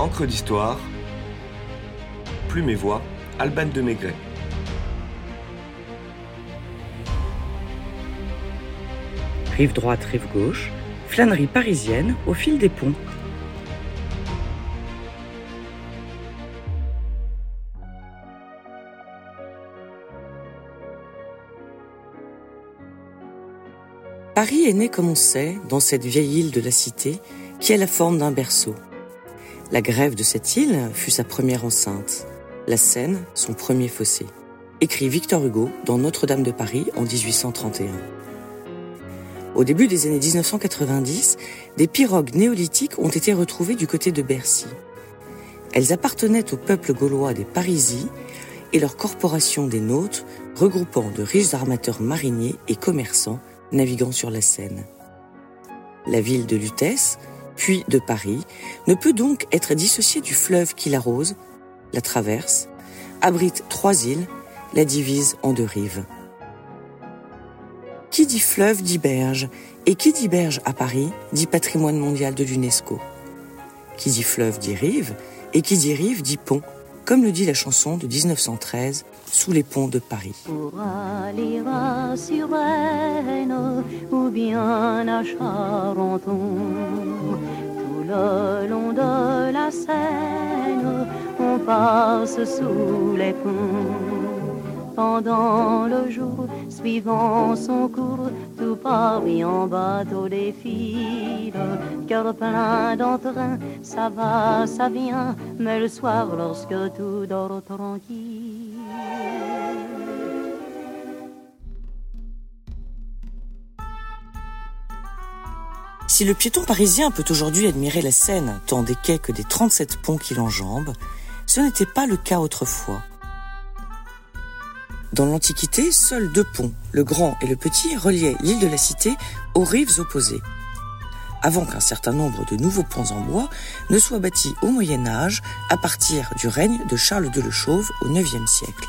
Encre d'histoire, Plume et Voix, Alban de Maigret. Rive droite, rive gauche, flânerie parisienne au fil des ponts. Paris est né, comme on sait, dans cette vieille île de la Cité qui a la forme d'un berceau. La grève de cette île fut sa première enceinte, la Seine son premier fossé, écrit Victor Hugo dans Notre-Dame de Paris en 1831. Au début des années 1990, des pirogues néolithiques ont été retrouvées du côté de Bercy. Elles appartenaient au peuple gaulois des Parisis et leur corporation des nautes, regroupant de riches armateurs mariniers et commerçants naviguant sur la Seine. La ville de Lutèce, puis de Paris, ne peut donc être dissociée du fleuve qui l'arrose, la traverse, abrite 3 îles, la divise en 2 rives. Qui dit fleuve dit berge, et qui dit berge à Paris dit patrimoine mondial de l'UNESCO. Qui dit fleuve dit rive, et qui dit rive dit pont, comme le dit la chanson de 1913, Sous les ponts de Paris. Pour aller à Suresnes ou bien à Charenton, tout le long de la Seine, on passe sous les ponts. Pendant le jour, suivant son cours, tout Paris en bateau défile. Cœur plein d'entrain, ça va, ça vient, mais le soir, lorsque tout dort tranquille. Si le piéton parisien peut aujourd'hui admirer la Seine tant des quais que des 37 ponts qui l'enjambent, ce n'était pas le cas autrefois. Dans l'Antiquité, seuls 2 ponts, le grand et le petit, reliaient l'île de la Cité aux rives opposées, avant qu'un certain nombre de nouveaux ponts en bois ne soient bâtis au Moyen-Âge à partir du règne de Charles de Le Chauve au IXe siècle.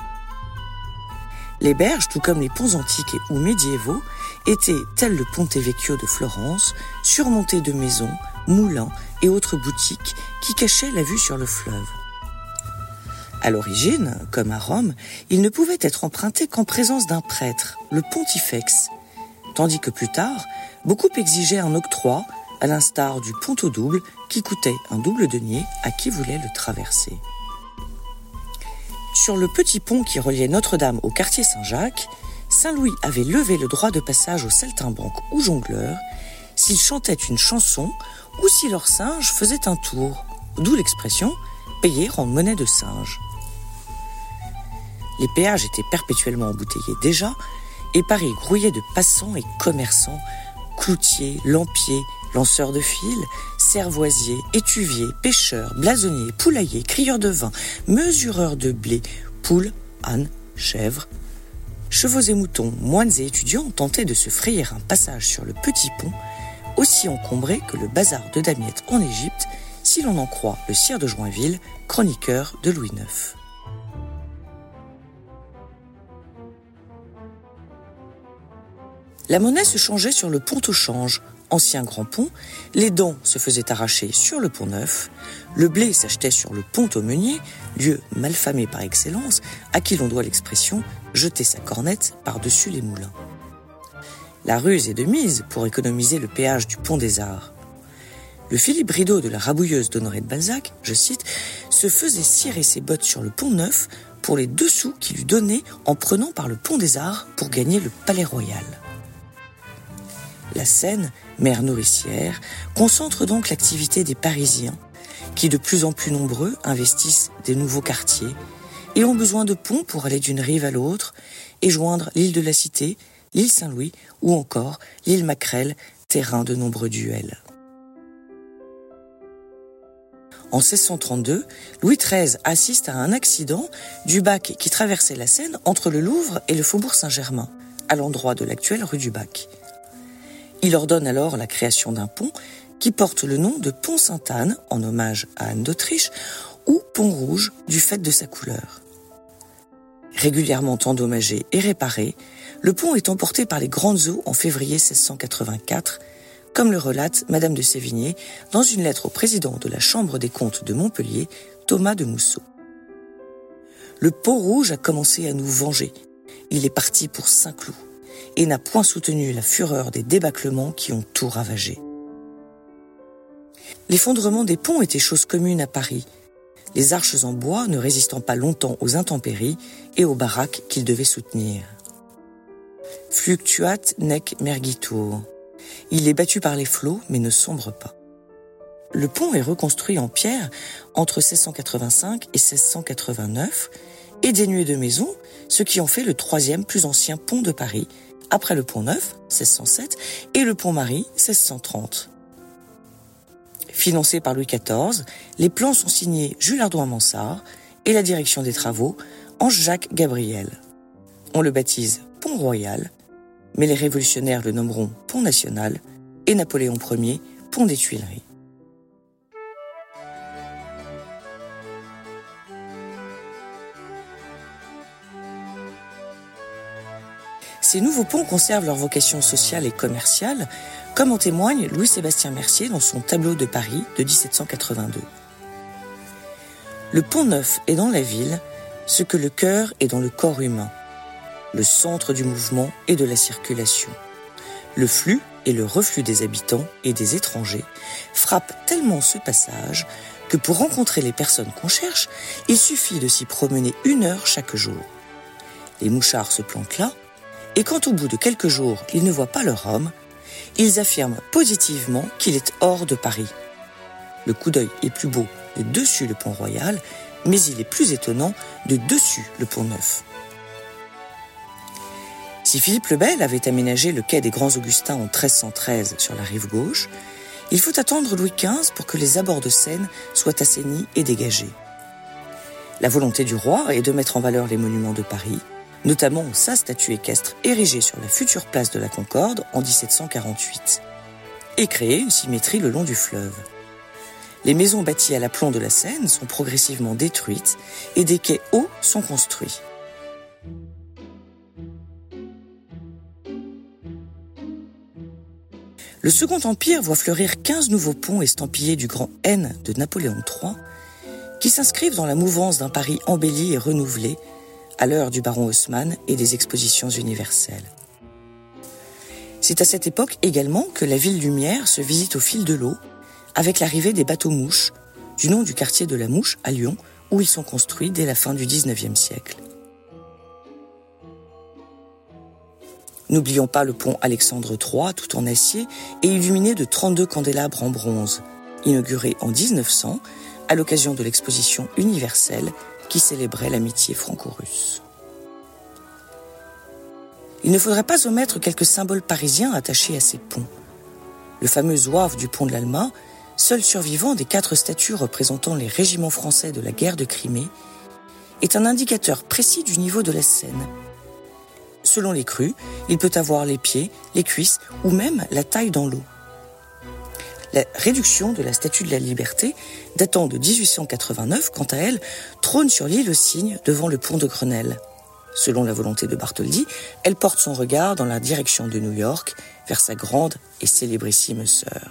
Les berges, tout comme les ponts antiques ou médiévaux, étaient, tels le Ponte Vecchio de Florence, surmontés de maisons, moulins et autres boutiques qui cachaient la vue sur le fleuve. À l'origine, comme à Rome, il ne pouvait être emprunté qu'en présence d'un prêtre, le pontifex, tandis que plus tard, beaucoup exigeaient un octroi, à l'instar du pont au double, qui coûtait un double denier à qui voulait le traverser. Sur le petit pont qui reliait Notre-Dame au quartier Saint-Jacques, Saint-Louis avait levé le droit de passage aux saltimbanques ou jongleurs s'ils chantaient une chanson ou si leur singe faisait un tour, d'où l'expression « payer en monnaie de singe ». Les péages étaient perpétuellement embouteillés déjà, et Paris grouillait de passants et commerçants, cloutiers, lampiers, lanceurs de fil, cervoisiers, étuviers, pêcheurs, blasonniers, poulaillers, crieurs de vin, mesureurs de blé, poules, ânes, chèvres. Chevaux et moutons, moines et étudiants tentaient de se frayer un passage sur le petit pont, aussi encombré que le bazar de Damiette en Égypte, si l'on en croit le sire de Joinville, chroniqueur de Louis IX. La monnaie se changeait sur le pont au change, ancien grand pont, les dents se faisaient arracher sur le pont neuf, le blé s'achetait sur le pont au meunier, lieu malfamé par excellence, à qui l'on doit l'expression « jeter sa cornette par-dessus les moulins ». La ruse est de mise pour économiser le péage du pont des Arts. Le Philippe Rideau de la Rabouilleuse d'Honoré de Balzac, je cite, se faisait cirer ses bottes sur le pont neuf pour les 2 sous qu'il lui donnait en prenant par le pont des Arts pour gagner le Palais Royal. La Seine, mer nourricière, concentre donc l'activité des Parisiens, qui de plus en plus nombreux investissent des nouveaux quartiers et ont besoin de ponts pour aller d'une rive à l'autre et joindre l'île de la Cité, l'île Saint-Louis ou encore l'île Macrel, terrain de nombreux duels. En 1632, Louis XIII assiste à un accident du bac qui traversait la Seine entre le Louvre et le faubourg Saint-Germain, à l'endroit de l'actuelle rue du Bac. Il ordonne alors la création d'un pont qui porte le nom de Pont Sainte-Anne, en hommage à Anne d'Autriche, ou Pont Rouge, du fait de sa couleur. Régulièrement endommagé et réparé, le pont est emporté par les grandes eaux en février 1684, comme le relate Madame de Sévigné dans une lettre au président de la Chambre des comptes de Montpellier, Thomas de Mousseau. Le Pont Rouge a commencé à nous venger. Il est parti pour Saint-Cloud et n'a point soutenu la fureur des débâclements qui ont tout ravagé. L'effondrement des ponts était chose commune à Paris, les arches en bois ne résistant pas longtemps aux intempéries et aux baraques qu'ils devaient soutenir. Fluctuat nec mergitur. Il est battu par les flots, mais ne sombre pas. Le pont est reconstruit en pierre entre 1685 et 1689 et dénué de maisons, ce qui en fait le troisième plus ancien pont de Paris, après le pont Neuf, 1607, et le pont Marie, 1630. Financé par Louis XIV, les plans sont signés Jules Hardouin-Mansart et la direction des travaux, Ange-Jacques Gabriel. On le baptise Pont Royal, mais les révolutionnaires le nommeront Pont National et Napoléon Ier, Pont des Tuileries. Ces nouveaux ponts conservent leur vocation sociale et commerciale, comme en témoigne Louis-Sébastien Mercier dans son tableau de Paris de 1782. Le Pont Neuf est dans la ville ce que le cœur est dans le corps humain, le centre du mouvement et de la circulation. Le flux et le reflux des habitants et des étrangers frappent tellement ce passage que pour rencontrer les personnes qu'on cherche, il suffit de s'y promener 1 heure chaque jour. Les mouchards se plantent là, et quand au bout de quelques jours, ils ne voient pas leur homme, ils affirment positivement qu'il est hors de Paris. Le coup d'œil est plus beau de dessus le Pont Royal, mais il est plus étonnant de dessus le Pont Neuf. Si Philippe le Bel avait aménagé le quai des Grands Augustins en 1313 sur la rive gauche, il faut attendre Louis XV pour que les abords de Seine soient assainis et dégagés. La volonté du roi est de mettre en valeur les monuments de Paris, notamment sa statue équestre érigée sur la future place de la Concorde en 1748, et créer une symétrie le long du fleuve. Les maisons bâties à l'aplomb de la Seine sont progressivement détruites et des quais hauts sont construits. Le Second Empire voit fleurir 15 nouveaux ponts estampillés du grand N de Napoléon III, qui s'inscrivent dans la mouvance d'un Paris embelli et renouvelé, à l'heure du baron Haussmann et des expositions universelles. C'est à cette époque également que la ville lumière se visite au fil de l'eau, avec l'arrivée des bateaux-mouches, du nom du quartier de la Mouche à Lyon, où ils sont construits dès la fin du XIXe siècle. N'oublions pas le pont Alexandre III, tout en acier et illuminé de 32 candélabres en bronze, inauguré en 1900 à l'occasion de l'exposition universelle qui célébrait l'amitié franco-russe. Il ne faudrait pas omettre quelques symboles parisiens attachés à ces ponts. Le fameux zouave du pont de l'Alma, seul survivant des 4 statues représentant les régiments français de la guerre de Crimée, est un indicateur précis du niveau de la Seine. Selon les crues, il peut avoir les pieds, les cuisses ou même la taille dans l'eau. La réduction de la Statue de la Liberté, datant de 1889, quant à elle, trône sur l'île aux Cygnes devant le pont de Grenelle. Selon la volonté de Bartholdi, elle porte son regard dans la direction de New York, vers sa grande et célébrissime sœur.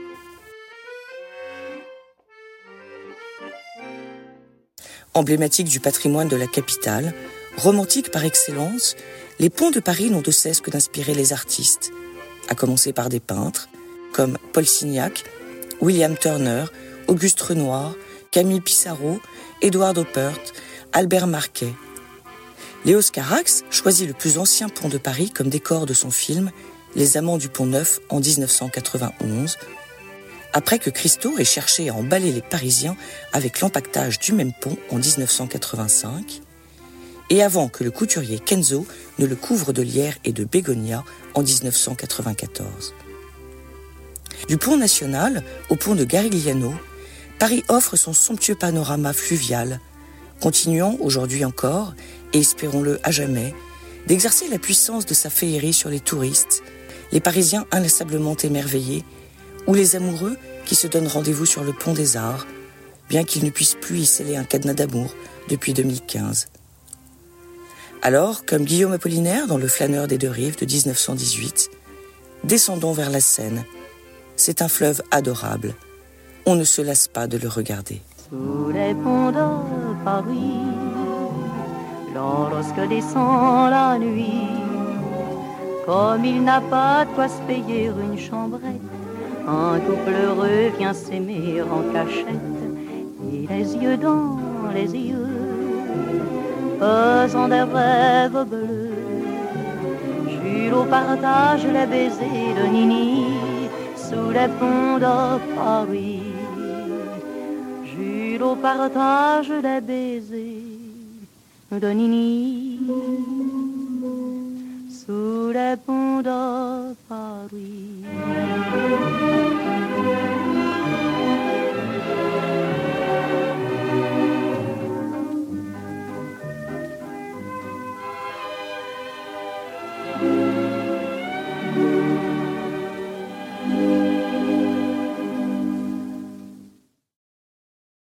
Emblématique du patrimoine de la capitale, romantique par excellence, les ponts de Paris n'ont de cesse que d'inspirer les artistes, à commencer par des peintres, comme Paul Signac, William Turner, Auguste Renoir, Camille Pissarro, Édouard Oppert, Albert Marquet. Léos Carax choisit le plus ancien pont de Paris comme décor de son film Les Amants du Pont Neuf en 1991, après que Christo ait cherché à emballer les Parisiens avec l'empaquetage du même pont en 1985, et avant que le couturier Kenzo ne le couvre de lierre et de bégonia en 1994. Du pont national au pont de Garigliano, Paris offre son somptueux panorama fluvial, continuant aujourd'hui encore, et espérons-le à jamais, d'exercer la puissance de sa féerie sur les touristes, les Parisiens inlassablement émerveillés, ou les amoureux qui se donnent rendez-vous sur le pont des Arts, bien qu'ils ne puissent plus y sceller un cadenas d'amour depuis 2015. Alors, comme Guillaume Apollinaire dans Le Flâneur des deux rives de 1918, descendons vers la Seine, C'est un fleuve adorable. On ne se lasse pas de le regarder. Sous les ponts de Paris, lorsque descend la nuit, comme il n'a pas de quoi se payer une chambrette, un couple heureux vient s'aimer en cachette, et les yeux dans les yeux, faisant des rêves bleus. Jules partage les baisers de Nini sous les ponts de Paris. Jules partage les baisers de Nini sous les ponts de Paris.